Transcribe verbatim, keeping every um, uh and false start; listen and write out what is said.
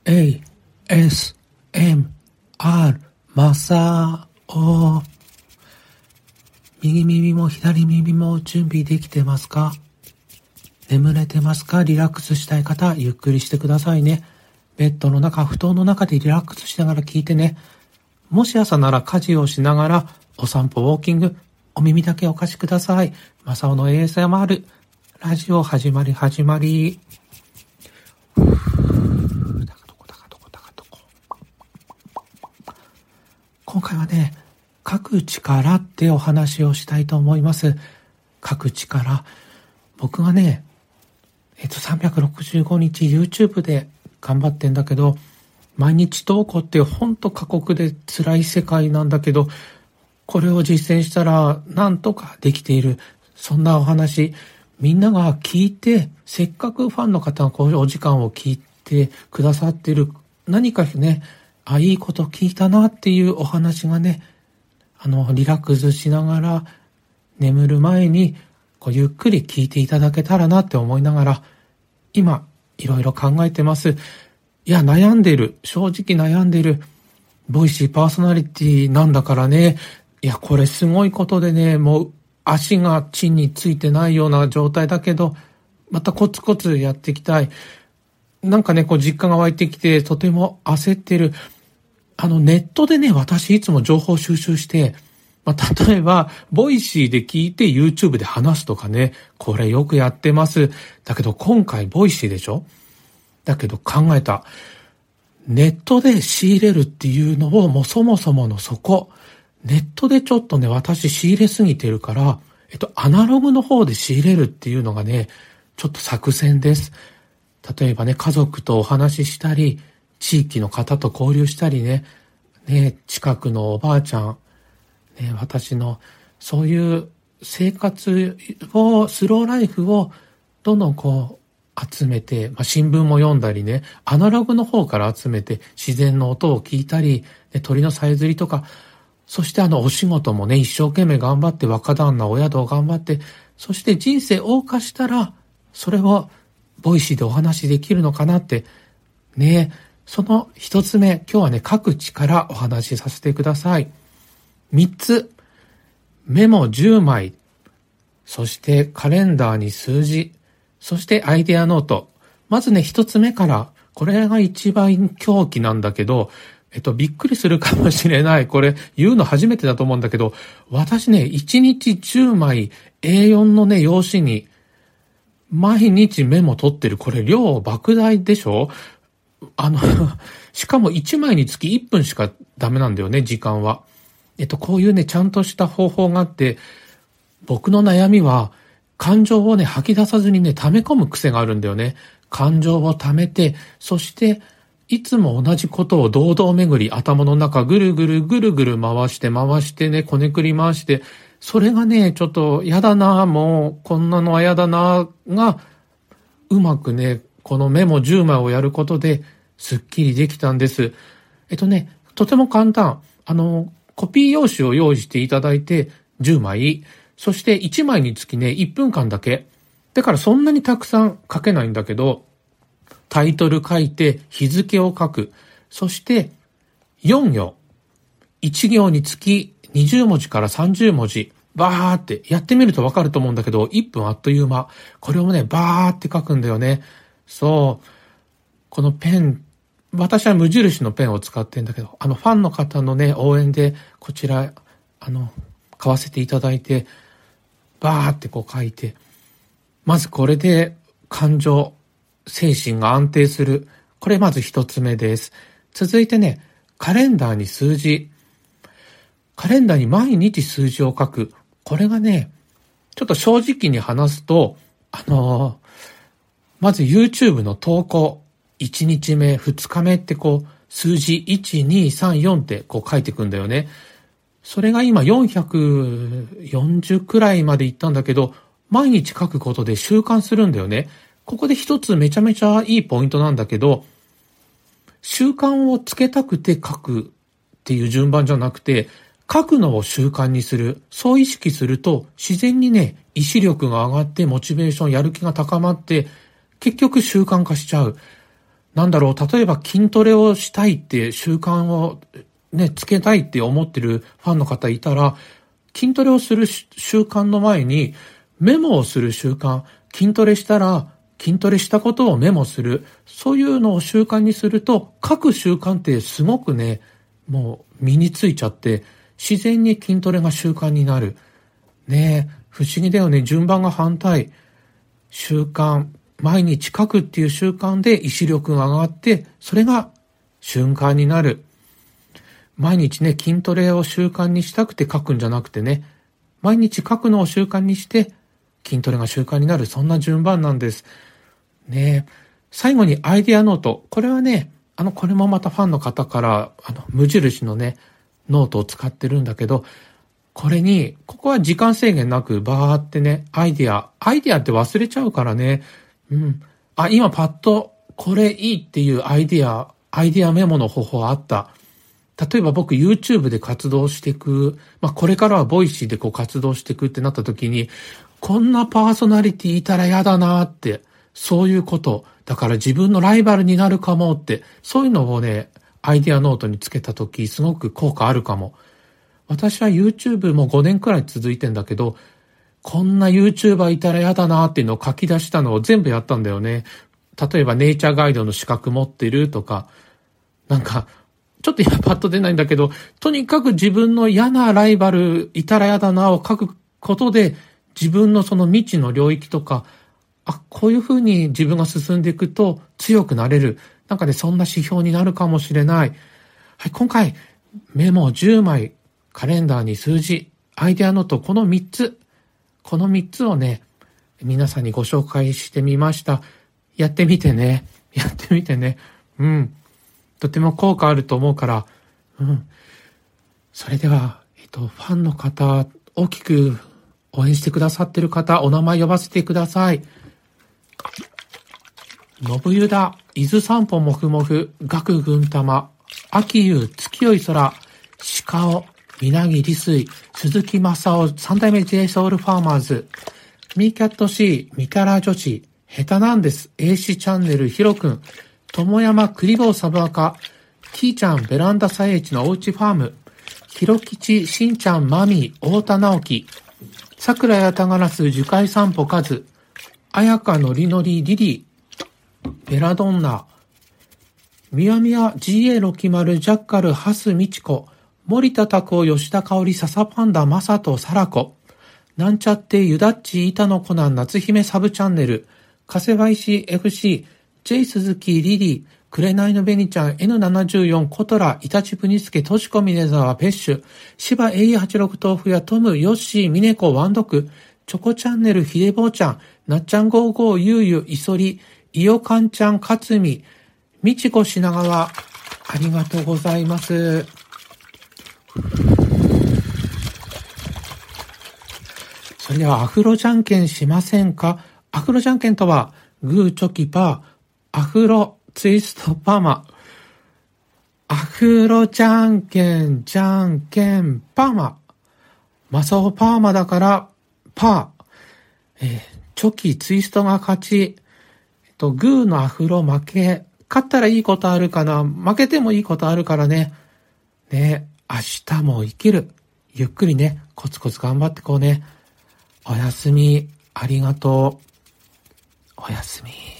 エーエスエムアール マサオ。右耳も左耳も準備できてますか？眠れてますか？リラックスしたい方、ゆっくりしてくださいね。ベッドの中、布団の中でリラックスしながら聞いてね。もし朝なら家事をしながらお散歩、ウォーキング、お耳だけお貸しください。マサオの エーエスエムアール ラジオ始まり始まり。今回はね、書く力ってお話をしたいと思います。書く力。僕がね、えっとさんびゃくろくじゅうごにち YouTube で頑張ってんだけど、毎日投稿ってほんと過酷で辛い世界なんだけど、これを実践したらなんとかできている。そんなお話、みんなが聞いて、せっかくファンの方がこういうお時間を聞いてくださっている、何かね、あ、いいこと聞いたなっていうお話がね、あの、リラックスしながら眠る前にこうゆっくり聞いていただけたらなって思いながら、今いろいろ考えてます。いや、悩んでる。正直悩んでる。ボイシーパーソナリティなんだからね。いや、これすごいことでね、もう足が地についてないような状態だけど、またコツコツやっていきたい。なんかね、こう実感が湧いてきて、とても焦ってる。あの、ネットでね、私いつも情報収集して、まあ、例えば、ボイシーで聞いて YouTube で話すとかね、これよくやってます。だけど今回ボイシーでしょ？だけど考えた。ネットで仕入れるっていうのをもうそもそものそこ。ネットでちょっとね、私仕入れすぎてるから、えっと、アナログの方で仕入れるっていうのがね、ちょっと作戦です。例えばね、家族とお話ししたり、地域の方と交流したりね、ね、近くのおばあちゃん、ね、私のそういう生活を、スローライフをどんどんこう集めて、まあ、新聞も読んだりね、アナログの方から集めて自然の音を聞いたり、ね、鳥のさえずりとか、そしてあのお仕事もね、一生懸命頑張って若旦那、お宿を頑張って、そして人生謳歌したら、それをボイシーでお話しできるのかなって、ね、その一つ目、今日はね、書く力お話しさせてください。三つ、メモじゅうまい、そしてカレンダーに数字、そしてアイデアノート。まずね、一つ目から、これが一番狂気なんだけど、えっと、びっくりするかもしれない。これ言うの初めてだと思うんだけど、私ね、いちにちじゅうまい エーよん のね、用紙に、毎日メモ取ってる。これ量莫大でしょ？あの、しかもいちまいにつきいっぷんしかダメなんだよね、時間は。えっと、こういうね、ちゃんとした方法があって、僕の悩みは、感情をね、吐き出さずにね、溜め込む癖があるんだよね。感情を溜めて、そして、いつも同じことを堂々巡り、頭の中ぐるぐるぐるぐる回して回してね、こねくり回して、それがね、ちょっとやだな、もう、こんなのはやだな、が、うまくね、このメモじゅうまいをやることで、すっきりできたんです。えっとね、とても簡単。あの、コピー用紙を用意していただいて、じゅうまい。そしていちまいにつきね、いっぷんかんだけ。だからそんなにたくさん書けないんだけど、タイトル書いて、日付を書く。そして、よん行。いち行につきにじゅうもじからさんじゅうもじ。バーってやってみるとわかると思うんだけど、いっぷんあっという間。これをね、バーって書くんだよね。そう。このペン、私は無印のペンを使ってんだけど、あのファンの方のね、応援でこちら、あの、買わせていただいて、バーってこう書いて、まずこれで感情、精神が安定する。これまず一つ目です。続いてね、カレンダーに数字。カレンダーに毎日数字を書く。これがね、ちょっと正直に話すと、あのー、まず YouTube の投稿。いちにちめ、ふつかめってこう、数字いち、に、さん、よんってこう書いていくんだよね。それが今よんひゃくよんじゅうくらいまでいったんだけど、毎日書くことで習慣するんだよね。ここで一つめちゃめちゃいいポイントなんだけど、習慣をつけたくて書くっていう順番じゃなくて、書くのを習慣にする。そう意識すると、自然にね、意志力が上がって、モチベーション、やる気が高まって、結局習慣化しちゃう。 なんだろう、例えば筋トレをしたいって習慣をね、つけたいって思ってるファンの方いたら、筋トレをする習慣の前にメモをする習慣、筋トレしたら筋トレしたことをメモする、そういうのを習慣にすると、書く習慣ってすごくね、もう身についちゃって、自然に筋トレが習慣になる。ねえ、不思議だよね。順番が反対。習慣、毎日書くっていう習慣で意志力が上がって、それが習慣になる。毎日ね、筋トレを習慣にしたくて書くんじゃなくてね、毎日書くのを習慣にして筋トレが習慣になる、そんな順番なんです。ねえ、最後にアイデアノート。これはね、あの、これもまたファンの方から、あの、無印のね、ノートを使ってるんだけど、これに、ここは時間制限なくバーってね、アイデア、アイデアって忘れちゃうからね、うん。あ、今パッと、これいいっていうアイデア、アイデアメモの方法あった。例えば僕 YouTube で活動していく、まあこれからはボイシーでこう活動していくってなった時に、こんなパーソナリティいたら嫌だなって、そういうこと。だから自分のライバルになるかもって、そういうのをね、アイデアノートにつけた時、すごく効果あるかも。私は YouTube もごねんくらい続いてんだけど、こんな YouTuber いたら嫌だなっていうのを書き出したのを全部やったんだよね。例えばネイチャーガイドの資格持ってるとか、なんか、ちょっと今パッと出ないんだけど、とにかく自分の嫌なライバルいたら嫌だなを書くことで、自分のその未知の領域とか、あ、こういうふうに自分が進んでいくと強くなれる。なんかね、そんな指標になるかもしれない。はい、今回、メモじゅうまい、カレンダーに数字、アイデアノート、このみっつ、このみっつをね、皆さんにご紹介してみました。やってみてね。やってみてね。うん。とても効果あると思うから、うん。それでは、えっと、ファンの方、大きく応援してくださってる方、お名前呼ばせてください。信湯田、伊豆散歩もふもふ、学群玉、秋夕、月酔い空、鹿尾、稲木利水、鈴木正夫、三代目 J ソウルファーマーズ、ミーキャット C、ミキャラ女子、下手なんです、A 子チャンネル、ヒロくん、友山クリボーサブアカ、キーちゃんベランダサエイチのおうちファーム、ヒロキチ、しんちゃんマミー、太田直樹、桜やたがらす樹海散歩カズ、綾香のりのりリリー、ベラドンナ、みやみや ジーエーろくじゅう ジャッカルハスミチコ、森田拓夫吉田香織笹パンダマサトサラコ、なんちゃってゆだっち板のコナン夏姫サブチャンネル、加瀬林 エフシー、J 鈴木リリー、くれないのベニちゃん エヌななじゅうよん コトラ、イタチプニスケ、トシコミネザワペッシュ、芝 エーイーはちじゅうろく 豆腐やトム、ヨッシー、ミネコ、ワンドク、チョコチャンネル、ヒデボーちゃん、なっちゃんごーごー、ゆうゆ、いそり、いよかんちゃん、かつみ、みちこ品川、ありがとうございます。それではアフロじゃんけんしませんか？アフロじゃんけんとは、グーチョキパー、アフロツイストパーマ、アフロじゃんけんじゃんけんパーマ、マサオパーマだからパー、えー、チョキツイストが勝ち、えっと、グーのアフロ負け、勝ったらいいことあるかな、負けてもいいことあるからね。ね、明日も生きる。ゆっくりね、コツコツ頑張ってこうね。おやすみ、ありがとう。おやすみ。